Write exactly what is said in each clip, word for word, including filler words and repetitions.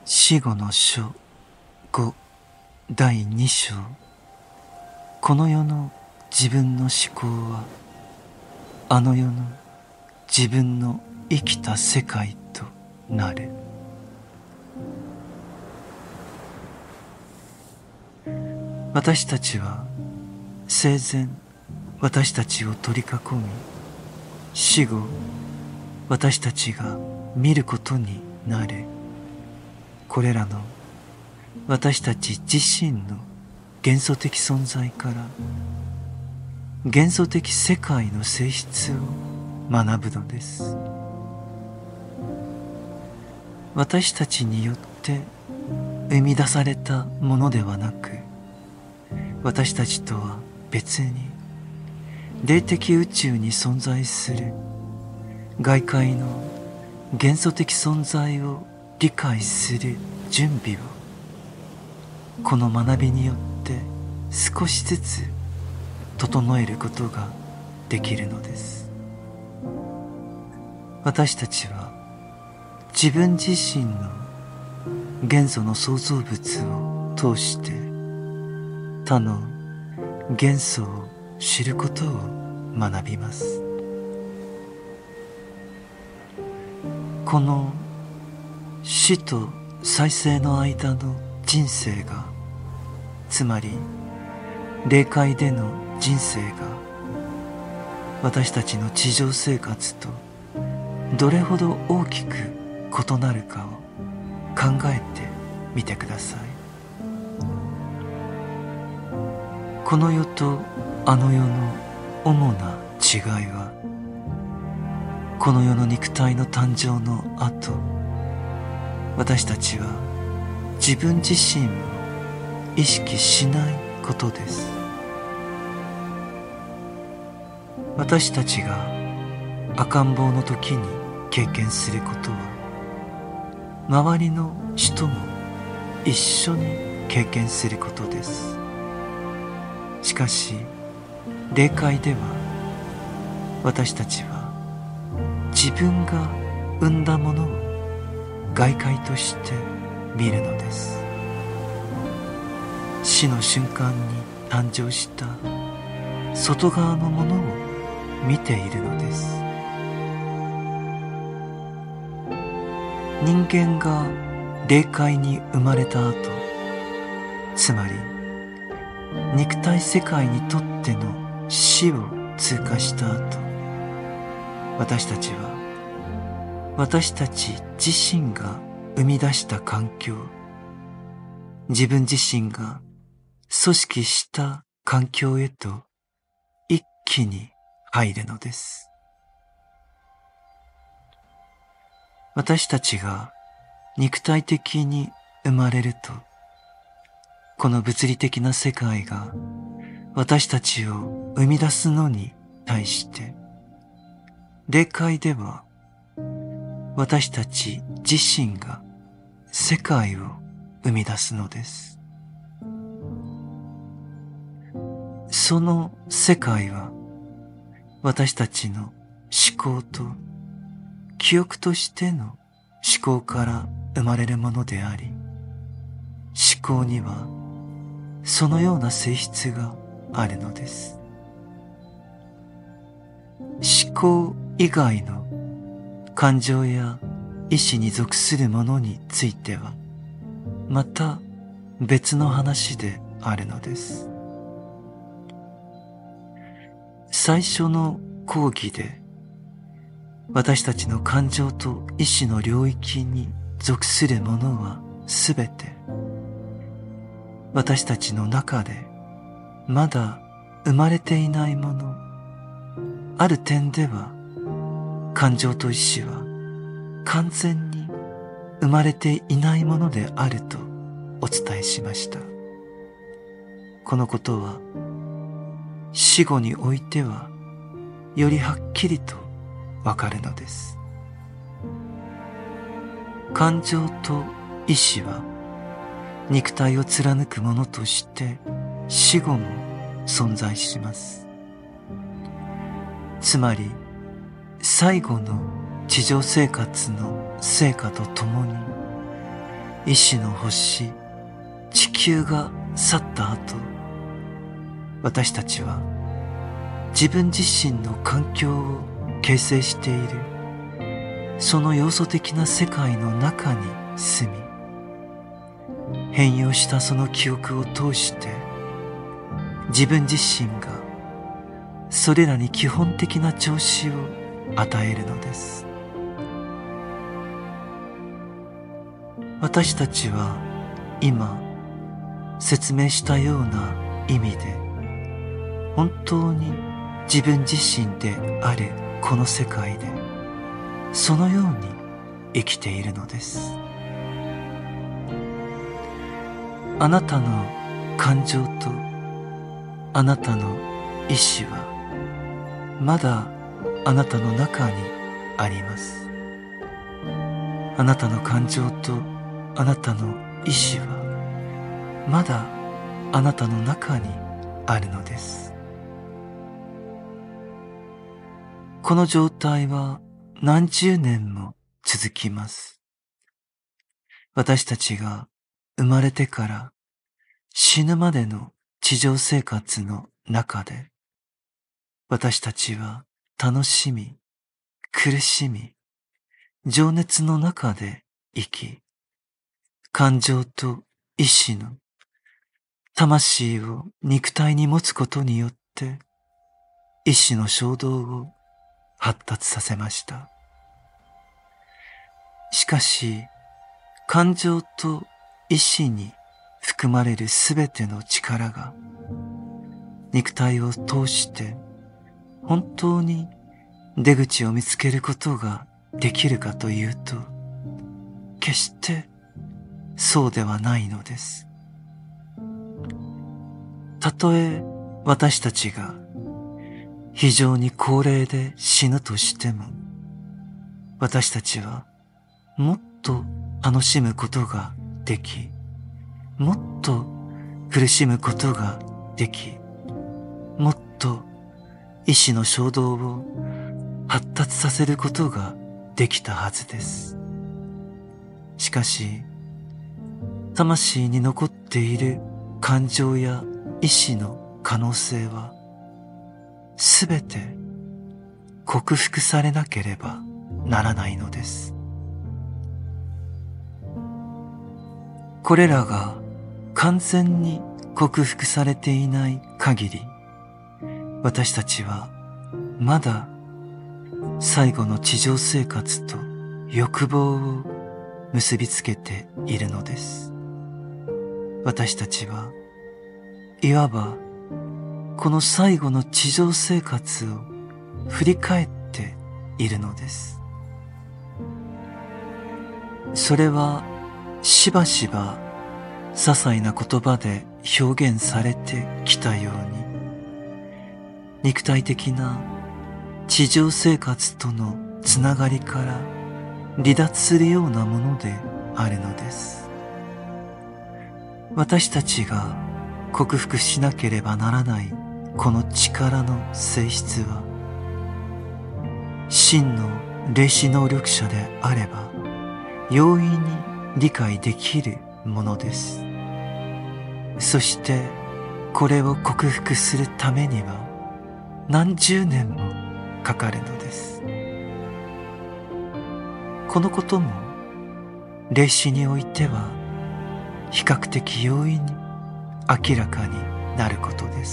死後の書ごだいに章。この世の自分の思考はあの世の自分の生きた世界となる。私たちは生前私たちを取り囲み、死後私たちが見ることになる。これらの私たち自身の幻想的存在から幻想的世界の性質を学ぶのです。私たちによって生み出されたものではなく、私たちとは別に霊的宇宙に存在する外界の幻想的存在を理解する準備をこの学びによって少しずつ整えることができるのです。私たちは自分自身の元素の創造物を通して他の元素を知ることを学びます。この死と再生の間の人生が、つまり霊界での人生が私たちの地上生活とどれほど大きく異なるかを考えてみてください。この世とあの世の主な違いは、この世の肉体の誕生の後、私たちは自分自身を意識しないことです。私たちが赤ん坊の時に経験することは、周りの人も一緒に経験することです。しかし霊界では私たちは自分が生んだものを外界として見るのです。死の瞬間に誕生した外側のものを見ているのです。人間が霊界に生まれた後、つまり肉体世界にとっての死を通過した後、私たちは私たち自身が生み出した環境、自分自身が組織した環境へと一気に入るのです。私たちが肉体的に生まれると、この物理的な世界が私たちを生み出すのに対して、霊界では私たち自身が世界を生み出すのです。その世界は私たちの思考と記憶としての思考から生まれるものであり、思考にはそのような性質があるのです。思考以外の感情や意志に属するものについてはまた別の話であるのです。最初の講義で私たちの感情と意志の領域に属するものはすべて私たちの中でまだ生まれていないもの、ある点では感情と意志は完全に生まれていないものであるとお伝えしました。このことは死後においてはよりはっきりとわかるのです。感情と意志は肉体を貫くものとして死後も存在します。つまり最後の地上生活の成果とともに意志の星、地球が去った後、私たちは自分自身の環境を形成しているその要素的な世界の中に住み、変容したその記憶を通して自分自身がそれらに基本的な調子を与えるのです。私たちは今説明したような意味で本当に自分自身であるこの世界でそのように生きているのです。あなたの感情とあなたの意志はまだあなたの中にあります。あなたの感情とあなたの意志はまだあなたの中にあるのです。この状態は何十年も続きます。私たちが生まれてから死ぬまでの地上生活の中で、私たちは楽しみ、苦しみ、情熱の中で生き、感情と意志の魂を肉体に持つことによって意志の衝動を発達させました。しかし、感情と意志に含まれるすべての力が肉体を通して本当に出口を見つけることができるかというと、決してそうではないのです。たとえ私たちが非常に高齢で死ぬとしても、私たちはもっと楽しむことができ、もっと苦しむことができ、もっと意志の衝動を発達させることができたはずです。しかし、魂に残っている感情や意志の可能性はすべて克服されなければならないのです。これらが完全に克服されていない限り、私たちはまだ最後の地上生活と欲望を結びつけているのです。私たちはいわばこの最後の地上生活を振り返っているのです。それはしばしば些細な言葉で表現されてきたように、肉体的な地上生活とのつながりから離脱するようなものであるのです。私たちが克服しなければならないこの力の性質は、真の霊視能力者であれば容易に理解できるものです。そしてこれを克服するためには何十年もかかるのです。このことも霊視においては比較的容易に明らかになることです。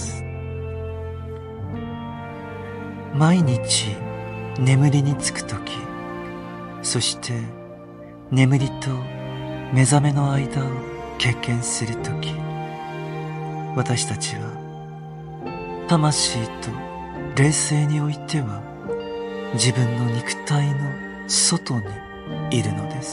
毎日眠りにつくとき、そして眠りと目覚めの間を経験するとき、私たちは魂と霊性においては自分の肉体の外にいるのです。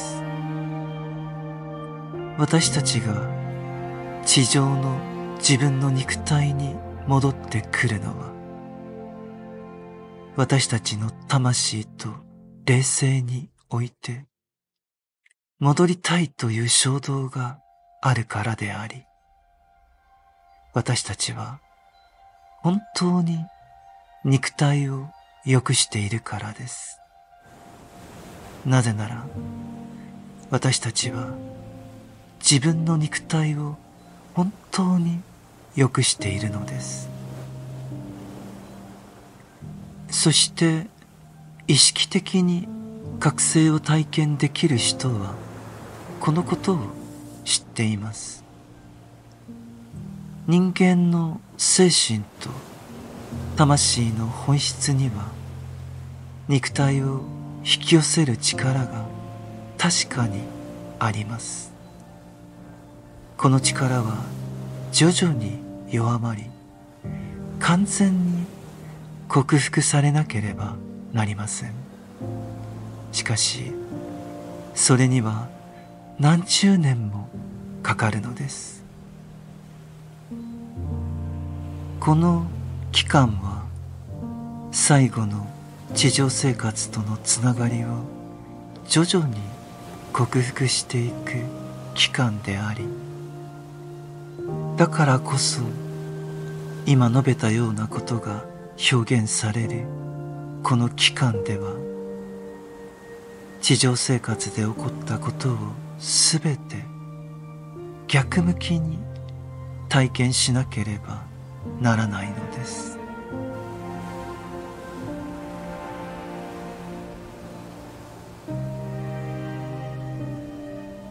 私たちが地上の自分の肉体に戻ってくるのは、私たちの魂と霊性において戻りたいという衝動があるからであり、私たちは本当に肉体を良くしているからです。なぜなら私たちは自分の肉体を本当に良くしているのです。そして意識的に覚醒を体験できる人はこのことを知っています。人間の精神と魂の本質には肉体を引き寄せる力が確かにあります。この力は徐々に弱まり、完全に克服されなければなりません。しかしそれには何十年もかかるのです。この期間は最後の地上生活とのつながりを徐々に克服していく期間であり、だからこそ今述べたようなことが表現されるこの期間では、地上生活で起こったことをすべて逆向きに体験しなければならないの